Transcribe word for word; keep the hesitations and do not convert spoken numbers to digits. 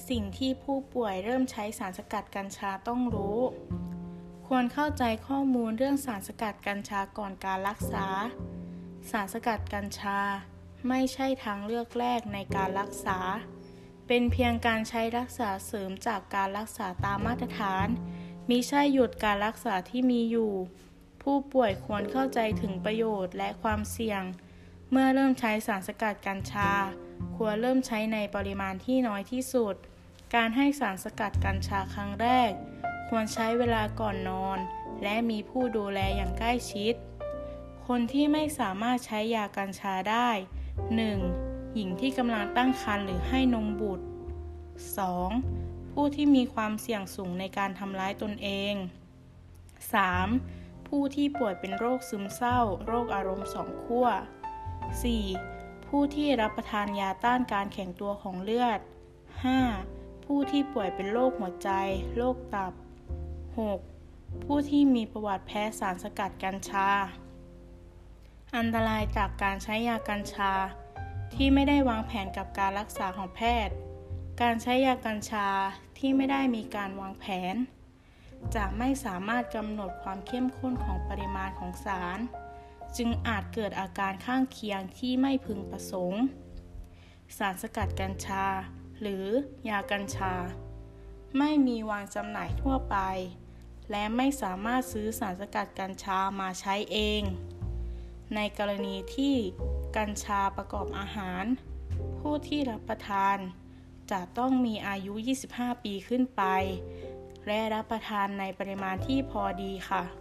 สิ่งที่ผู้ป่วยเริ่มใช้สารสกัดกัญชาต้องรู้ ควรเข้าใจข้อมูลเรื่องสารสกัดกัญชาก่อนการรักษา สารสกัดกัญชาไม่ใช่ทางเลือกแรกในการรักษา เป็นเพียงการใช้รักษาเสริมจากการรักษาตามมาตรฐานมิใช่หยุดการรักษาที่มีอยู่ ผู้ป่วยควรเข้าใจถึงประโยชน์และความเสี่ยงเมื่อเริ่มใช้สารสกัดกัญชาควรเริ่มใช้ในปริมาณที่น้อยที่สุดการให้สารสกัดกัญชาครั้งแรกควรใช้เวลาก่อนนอนและมีผู้ดูแลอย่างใกล้ชิดคนที่ไม่สามารถใช้ยากัญชาได้ หนึ่ง หญิงที่กำลังตั้งครรภ์หรือให้นมบุตร สอง ผู้ที่มีความเสี่ยงสูงในการทำร้ายตนเอง สาม ผู้ที่ป่วยเป็นโรคซึมเศร้าโรคอารมณ์สองขั้ว สี่ ผู้ที่รับประทานยาต้านการแข็งตัวของเลือด ห้า ผู้ที่ป่วยเป็นโรคหัวใจโรคตับ หก ผู้ที่มีประวัติแพ้สารสกัดกัญชาอันตรายจากการใช้ยากัญชาที่ไม่ได้วางแผนกับการรักษาของแพทย์การใช้ยากัญชาที่ไม่ได้มีการวางแผนจะไม่สามารถกำหนดความเข้มข้นของปริมาณของสารจึงอาจเกิดอาการข้างเคียงที่ไม่พึงประสงค์สารสกัดกัญชาหรือยากัญชาไม่มีวางจำหน่ายทั่วไปและไม่สามารถซื้อสารสกัดกัญชามาใช้เองในกรณีที่กัญชาประกอบอาหารผู้ที่รับประทานจะต้องมีอายุยี่สิบห้าปีขึ้นไปและรับประทานในปริมาณที่พอดีค่ะ